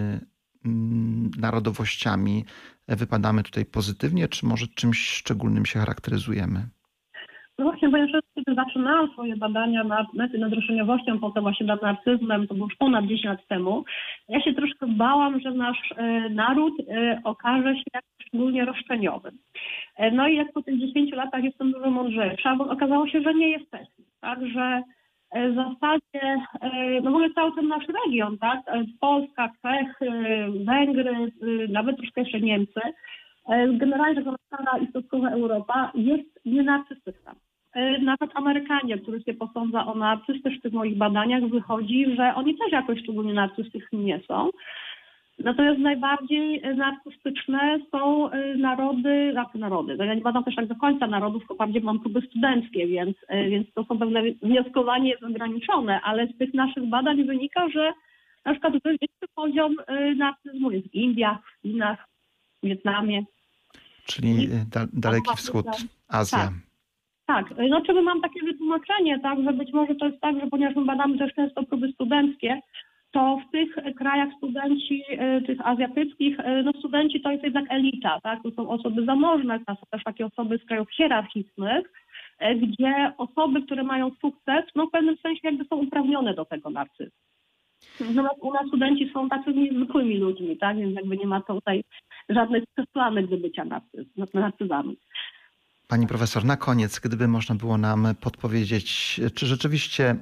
narodowościami wypadamy tutaj pozytywnie, czy może czymś szczególnym się charakteryzujemy? No właśnie, bo ja kiedy zaczynałam swoje badania nad, nad roszczeniowością, potem właśnie nad narcyzmem, to było już ponad dziesięć lat temu, ja się troszkę bałam, że nasz e, naród e, okaże się jak szczególnie roszczeniowym. E, no i jak po tych dziesięciu latach jestem dużo mądrzejsza, bo okazało się, że nie jesteśmy. Także e, w zasadzie, e, no w ogóle cały ten nasz region, tak, e, Polska, Czechy, e, Węgry, e, nawet troszkę jeszcze Niemcy, e, generalnie taka stara i środkowa Europa jest nienarcystyczna. Nawet Amerykanie, których się posądza o narcyz, też w tych moich badaniach wychodzi, że oni też jakoś szczególnie narcystyczni nie są. Natomiast najbardziej narcystyczne są narody, znaczy narody. Ja nie badam też tak do końca narodów, tylko bardziej mam próby studenckie, więc, więc to są pewne wnioskowanie jest ograniczone, ale z tych naszych badań wynika, że na przykład wyższy poziom narcyzmu jest w Indiach, w Chinach, w Wietnamie. Czyli da, Daleki Wschód, Azja. Tak. Tak, no czy my mam takie wytłumaczenie, tak, że być może to jest tak, że ponieważ my badamy też często próby studenckie, to w tych krajach studenci, tych azjatyckich, no studenci to jest jednak elita, tak, to są osoby zamożne, to są też takie osoby z krajów hierarchicznych, gdzie osoby, które mają sukces, no w pewnym sensie jakby są uprawnione do tego narcyzmu. Natomiast u nas studenci są tacy niezwykłymi ludźmi, tak, więc jakby nie ma tutaj żadnych przesłanek do bycia narcyz- narcyzami. Pani profesor, na koniec, gdyby można było nam podpowiedzieć, czy rzeczywiście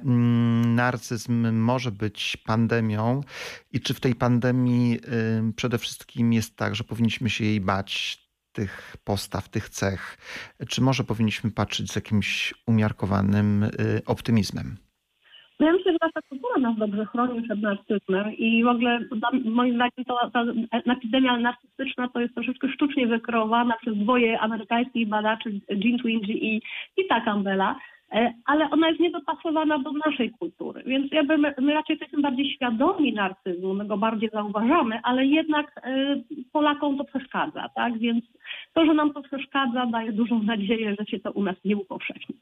narcyzm może być pandemią i czy w tej pandemii przede wszystkim jest tak, że powinniśmy się jej bać, tych postaw, tych cech, czy może powinniśmy patrzeć z jakimś umiarkowanym optymizmem? Ja myślę, że nasza kultura nas dobrze chroni przed narcyzmem i w ogóle moim zdaniem to, ta epidemia narcystyczna to jest troszeczkę sztucznie wykreowana przez dwoje amerykańskich badaczy, Jean Twenge i Pita Campbella, ale ona jest niedopasowana do naszej kultury. Więc jakby my, my raczej jesteśmy bardziej świadomi narcyzmu, my go bardziej zauważamy, ale jednak Polakom to przeszkadza, tak? Więc to, że nam to przeszkadza, daje dużą nadzieję, że się to u nas nie upowszechni.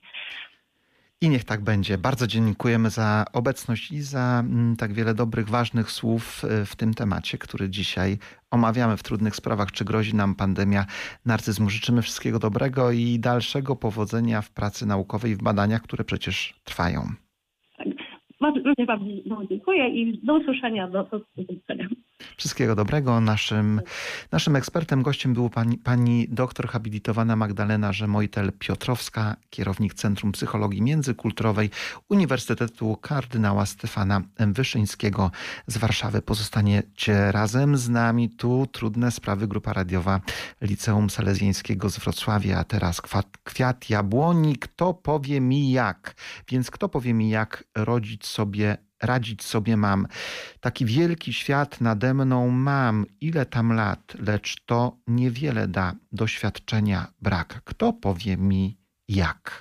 I niech tak będzie. Bardzo dziękujemy za obecność i za tak wiele dobrych, ważnych słów w tym temacie, który dzisiaj omawiamy w Trudnych Sprawach. Czy grozi nam pandemia narcyzmu? Życzymy wszystkiego dobrego i dalszego powodzenia w pracy naukowej i w badaniach, które przecież trwają. Tak. Bardzo, bardzo dziękuję i do usłyszenia. Do, do usłyszenia. Wszystkiego dobrego. Naszym, naszym ekspertem, gościem był pani, pani doktor habilitowana Magdalena Rzemojtel-Piotrowska, kierownik Centrum Psychologii Międzykulturowej Uniwersytetu Kardynała Stefana Wyszyńskiego z Warszawy. Pozostaniecie razem z nami. Tu Trudne Sprawy, grupa radiowa Liceum Salezjańskiego z Wrocławia. A teraz kwiat, kwiat jabłoni. Kto powie mi jak? Więc kto powie mi jak rodzić sobie Radzić sobie mam. Taki wielki świat nade mną mam. Ile tam lat, lecz to niewiele da. Doświadczenia brak. Kto powie mi jak?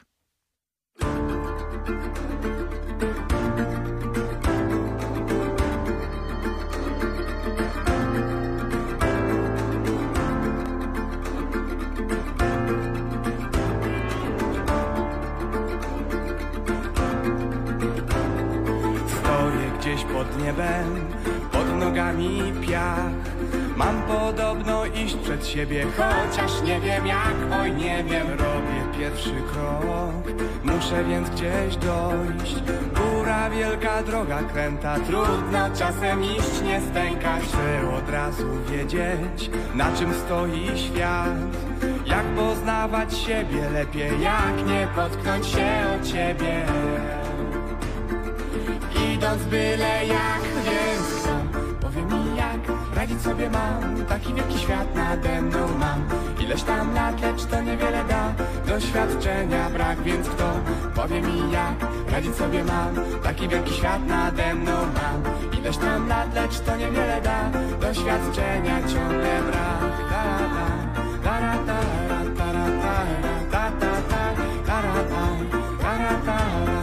Gdzieś pod niebem, pod nogami piach. Mam podobno iść przed siebie, chociaż nie wiem jak. Oj, nie wiem, robię pierwszy krok. Muszę więc gdzieś dojść. Góra, wielka droga kręta. Trudno czasem iść, nie stękać. Chcę od razu wiedzieć, na czym stoi świat. Jak poznawać siebie lepiej, jak nie potknąć się o ciebie. Idąc byle jak, więc kto powie mi jak radzić sobie mam. Taki wielki świat nade mną mam. Ileś tam lat, lecz to niewiele da. Doświadczenia brak, więc kto powie mi jak radzić sobie mam. Taki wielki świat nade mną mam. Ileś tam lat, lecz to niewiele da. Doświadczenia ciągle brak. Da, da, da, da, da, da, da, da, da, da, da, da,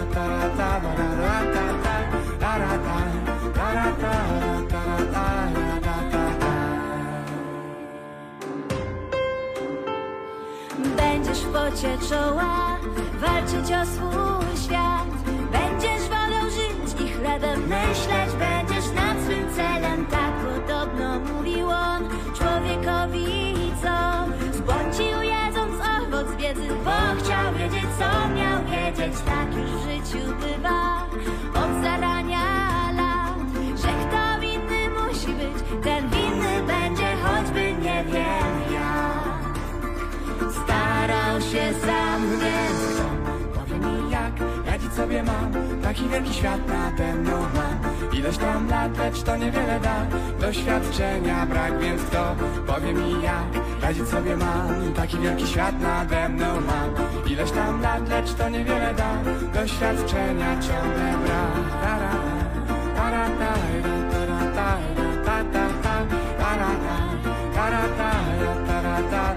Będziesz w pocie czoła walczyć o swój świat. Będziesz wodą żyć i chlebem myśleć. Będziesz nad swym celem, tak podobno mówił on człowiekowi, co zbłądził jedząc owoc wiedzy, bo chciał wiedzieć, co miał wiedzieć. Tak już w życiu bywa od zarania lat, że kto winny musi być, ten winny będzie, choćby nie wiem jak. Starał się sam, więc kto powie mi jak radzić sobie mam. Taki wielki świat nade mną mam. Ileś tam lat, lecz to niewiele da. Doświadczenia brak, więc kto powie mi jak radzić sobie mam. Taki wielki świat nade mną mam. Ileś tam lat, lecz to niewiele da. Doświadczenia ciągle brak. Tara, tara, tara, tara, tara, tara, tara, tara, tara, tara,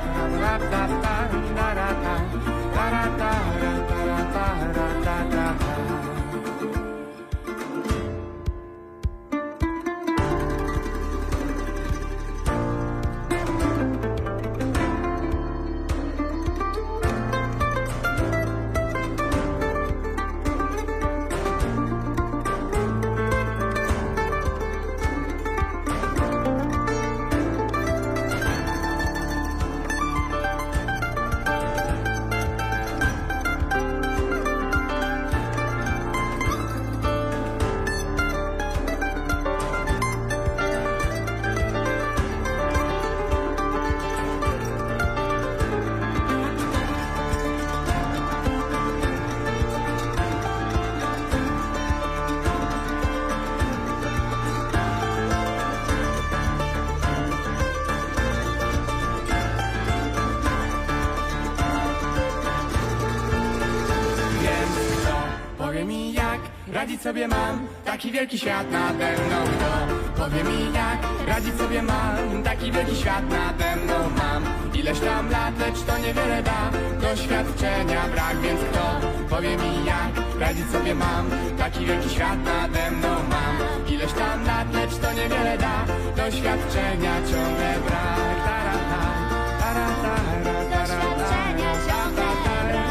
radzić sobie mam, taki wielki świat nade mną. Kto powie mi jak radzić sobie mam, taki wielki świat nade mną mam. Ileś tam lat, lecz to niewiele da. Doświadczenia brak, więc kto powie mi jak radzić sobie mam, taki wielki świat nade mną mam. Ileś tam lat, lecz to niewiele da. Doświadczenia ciągle brak. Tarata, tarata, tarata, doświadczenia ciągle brak.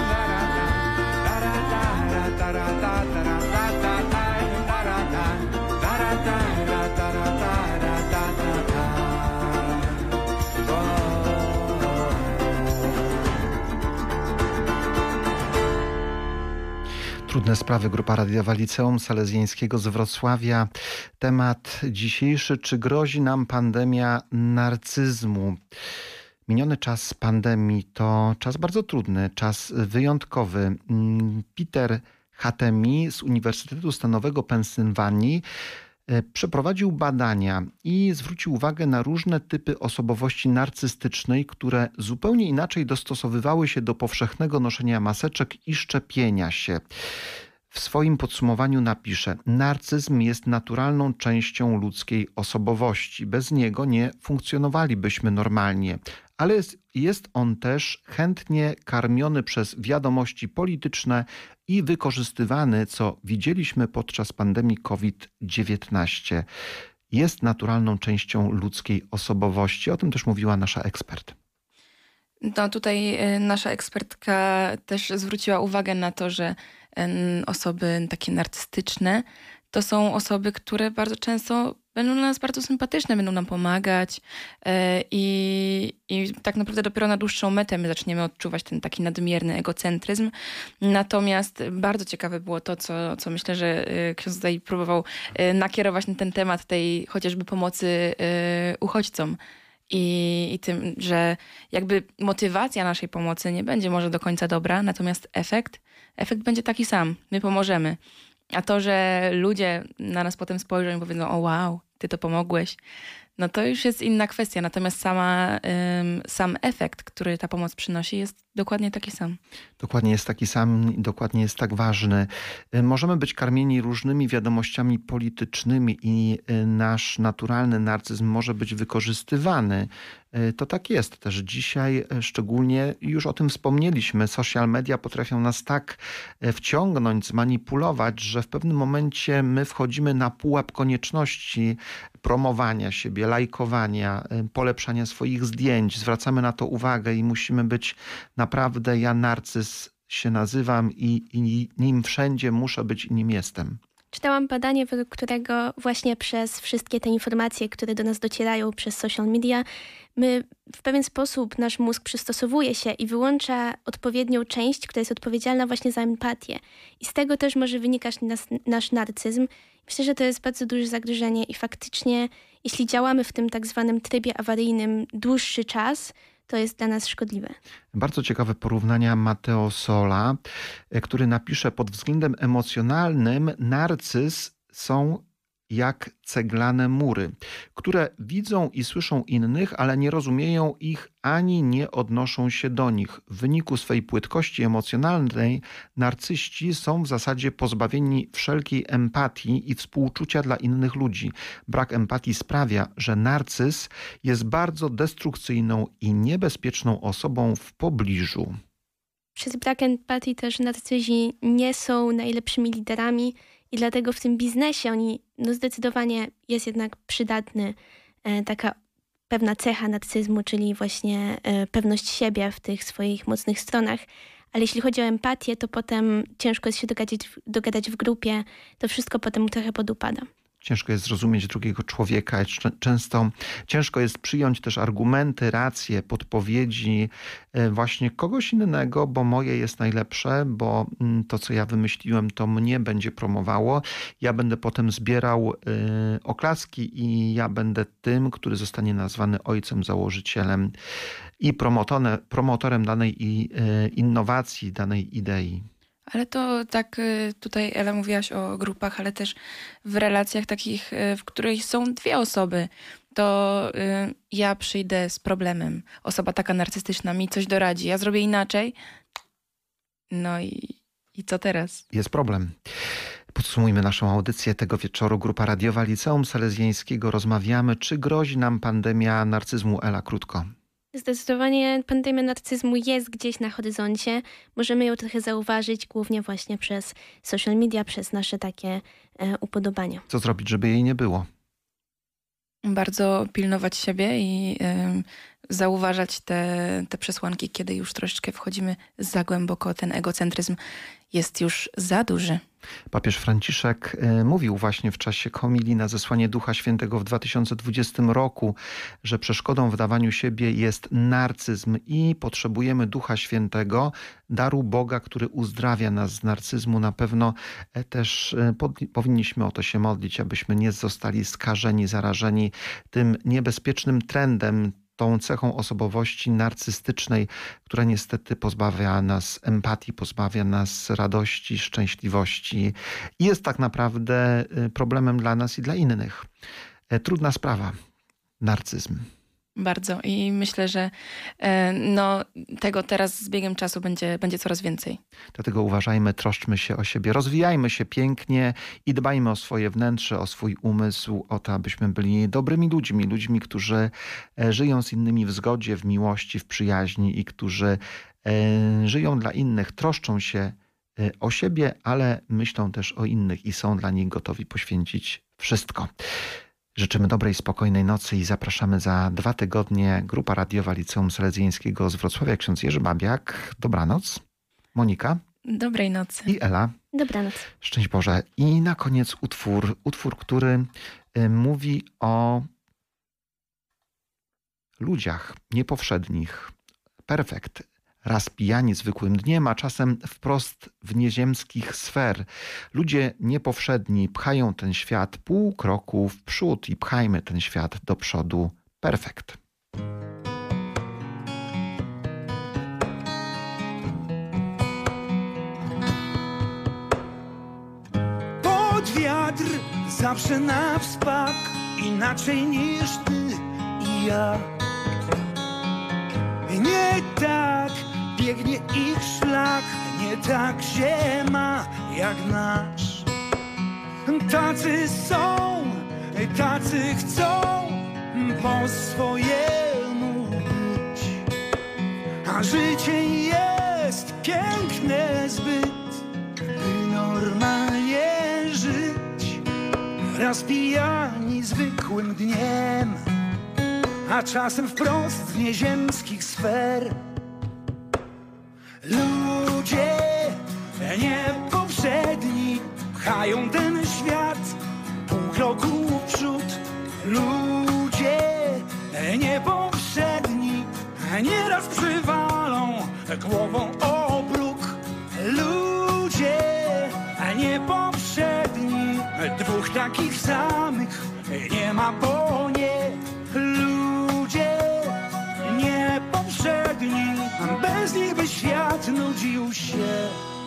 Tarata, tarata, tarata. Trudne sprawy. Grupa radiowa Liceum Salezjańskiego z Wrocławia. Temat dzisiejszy: czy grozi nam pandemia narcyzmu? Miniony czas pandemii to czas bardzo trudny, czas wyjątkowy. Peter Hatemi z Uniwersytetu Stanowego Pensylwanii przeprowadził badania i zwrócił uwagę na różne typy osobowości narcystycznej, które zupełnie inaczej dostosowywały się do powszechnego noszenia maseczek i szczepienia się. W swoim podsumowaniu napisze: narcyzm jest naturalną częścią ludzkiej osobowości. Bez niego nie funkcjonowalibyśmy normalnie. Ale jest, jest on też chętnie karmiony przez wiadomości polityczne i wykorzystywany, co widzieliśmy podczas pandemii COVID dziewiętnaście. Jest naturalną częścią ludzkiej osobowości. O tym też mówiła nasza ekspert. No tutaj nasza ekspertka też zwróciła uwagę na to, że osoby takie narcystyczne to są osoby, które bardzo często będą dla nas bardzo sympatyczne, będą nam pomagać i, i tak naprawdę dopiero na dłuższą metę my zaczniemy odczuwać ten taki nadmierny egocentryzm. Natomiast bardzo ciekawe było to, co, co myślę, że ksiądz tutaj próbował nakierować na ten temat tej chociażby pomocy uchodźcom. I, I tym, że jakby motywacja naszej pomocy nie będzie może do końca dobra, natomiast efekt, efekt będzie taki sam. My pomożemy. A to, że ludzie na nas potem spojrzą i powiedzą: o wow, ty to pomogłeś, no to już jest inna kwestia. Natomiast sama, ym, sam efekt, który ta pomoc przynosi, jest dokładnie taki sam. Dokładnie jest taki sam i dokładnie jest tak ważny. Możemy być karmieni różnymi wiadomościami politycznymi i nasz naturalny narcyzm może być wykorzystywany. To tak jest też dzisiaj, szczególnie już o tym wspomnieliśmy. Social media potrafią nas tak wciągnąć, zmanipulować, że w pewnym momencie my wchodzimy na pułap konieczności promowania siebie, lajkowania, polepszania swoich zdjęć. Zwracamy na to uwagę i musimy być naprawdę: ja narcyz się nazywam i, i nim wszędzie muszę być i nim jestem. Czytałam badanie, według którego właśnie przez wszystkie te informacje, które do nas docierają przez social media, my w pewien sposób, nasz mózg przystosowuje się i wyłącza odpowiednią część, która jest odpowiedzialna właśnie za empatię. I z tego też może wynikać nas, nasz narcyzm. Myślę, że to jest bardzo duże zagrożenie i faktycznie, jeśli działamy w tym tak zwanym trybie awaryjnym dłuższy czas, to jest dla nas szkodliwe. Bardzo ciekawe porównania Matteo Sola, który napisze: pod względem emocjonalnym narcyz są jak ceglane mury, które widzą i słyszą innych, ale nie rozumieją ich ani nie odnoszą się do nich. W wyniku swej płytkości emocjonalnej narcyści są w zasadzie pozbawieni wszelkiej empatii i współczucia dla innych ludzi. Brak empatii sprawia, że narcyz jest bardzo destrukcyjną i niebezpieczną osobą w pobliżu. Przez brak empatii też narcyzi nie są najlepszymi liderami i dlatego w tym biznesie oni no zdecydowanie jest jednak przydatny e, taka pewna cecha narcyzmu, czyli właśnie e, pewność siebie w tych swoich mocnych stronach. Ale jeśli chodzi o empatię, to potem ciężko jest się dogadać, dogadać w grupie, to wszystko potem trochę podupada. Ciężko jest zrozumieć drugiego człowieka. Często ciężko jest przyjąć też argumenty, racje, podpowiedzi właśnie kogoś innego, bo moje jest najlepsze, bo to, co ja wymyśliłem, to mnie będzie promowało. Ja będę potem zbierał oklaski i ja będę tym, który zostanie nazwany ojcem, założycielem i promotorem danej innowacji, danej idei. Ale to tak, tutaj Ela mówiłaś o grupach, ale też w relacjach takich, w których są dwie osoby, to ja przyjdę z problemem. Osoba taka narcystyczna mi coś doradzi, ja zrobię inaczej. No i, i co teraz? Jest problem. Podsumujmy naszą audycję tego wieczoru. Grupa radiowa Liceum Salezjańskiego. Rozmawiamy, czy grozi nam pandemia narcyzmu. Ela, krótko. Zdecydowanie pandemia narcyzmu jest gdzieś na horyzoncie. Możemy ją trochę zauważyć, głównie właśnie przez social media, przez nasze takie e, upodobania. Co zrobić, żeby jej nie było? Bardzo pilnować siebie i y, zauważać te, te przesłanki, kiedy już troszeczkę wchodzimy za głęboko. Ten egocentryzm jest już za duży. Papież Franciszek mówił właśnie w czasie homilii na zesłanie Ducha Świętego w dwa tysiące dwudziestym roku, że przeszkodą w dawaniu siebie jest narcyzm i potrzebujemy Ducha Świętego, daru Boga, który uzdrawia nas z narcyzmu. Na pewno też powinniśmy o to się modlić, abyśmy nie zostali skażeni, zarażeni tym niebezpiecznym trendem, tą cechą osobowości narcystycznej, która niestety pozbawia nas empatii, pozbawia nas radości, szczęśliwości i jest tak naprawdę problemem dla nas i dla innych. Trudna sprawa. Narcyzm. Bardzo i myślę, że no, tego teraz z biegiem czasu będzie, będzie coraz więcej. Dlatego uważajmy, troszczmy się o siebie, rozwijajmy się pięknie i dbajmy o swoje wnętrze, o swój umysł, o to, abyśmy byli dobrymi ludźmi, ludźmi, którzy żyją z innymi w zgodzie, w miłości, w przyjaźni i którzy żyją dla innych, troszczą się o siebie, ale myślą też o innych i są dla nich gotowi poświęcić wszystko. Życzymy dobrej, spokojnej nocy i zapraszamy za dwa tygodnie. Grupa radiowa Liceum Salezjańskiego z Wrocławia, ksiądz Jerzy Babiak. Dobranoc. Monika. Dobrej nocy. I Ela. Dobranoc. Szczęść Boże. I na koniec utwór, utwór, który y, mówi o ludziach niepowszednich. Perfekt. Raz pijani zwykłym dniem, a czasem wprost w nieziemskich sfer. Ludzie niepowszedni pchają ten świat pół kroku w przód i pchajmy ten świat do przodu. Perfekt. Pod wiatr zawsze na wspak, inaczej niż ty i ja. Nie tak biegnie ich szlak, nie tak się ma jak nasz. Tacy są, tacy chcą po swojemu być. A życie jest piękne zbyt, by normalnie żyć. Raz pijani zwykłym dniem, a czasem wprost z nieziemskich sfer. Ludzie niepowszedni pchają ten świat pół kroku w przód. Ludzie niepowszedni nieraz przywalą głową o bruk. Ludzie niepowszedni, dwóch takich samych nie ma po nie. Ludzie niepowszedni, bez nich by świat nudził się.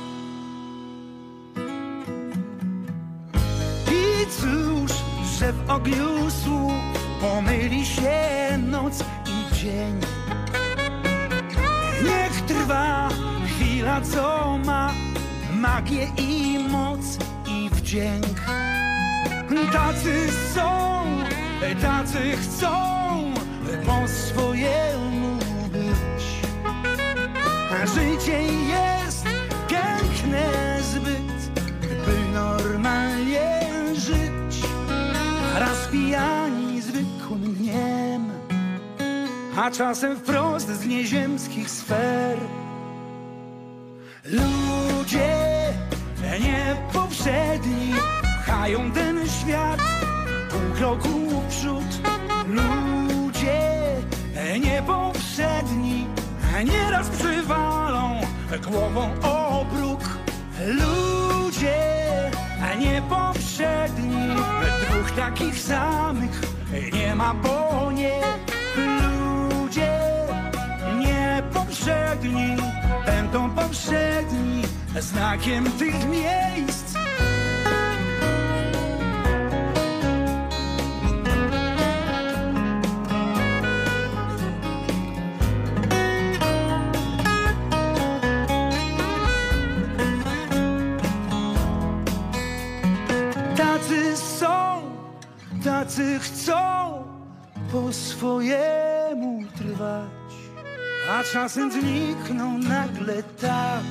I cóż, że w ogniu słów pomyli się noc i dzień. Niech trwa chwila, co ma magię i moc i wdzięk. Tacy są, tacy chcą po swojemu być. A życie jest piękne zbyt, by normalnie żyć. Raz pijani zwykłym dniem, a czasem wprost z nieziemskich sfer. Ludzie niepowszedni pchają ten świat pół kroku w przód. Ludzie niepowszedni nieraz przywalą głową o bruk. Ludzie niepowszedni, dwóch takich samych nie ma po nie. Ludzie niepowszedni będą powszedni znakiem tych miejsc. Tacy są, tacy chcą po swojemu trwać, a czasem znikną nagle tak.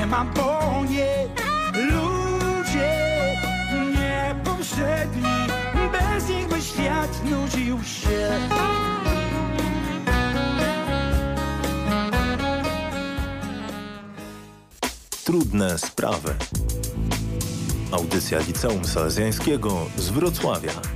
nie ma, bo nie. Ludzie niepowszedni, bez nich by świat nudził się. Trudne sprawy. Audycja Liceum Salezjańskiego z Wrocławia.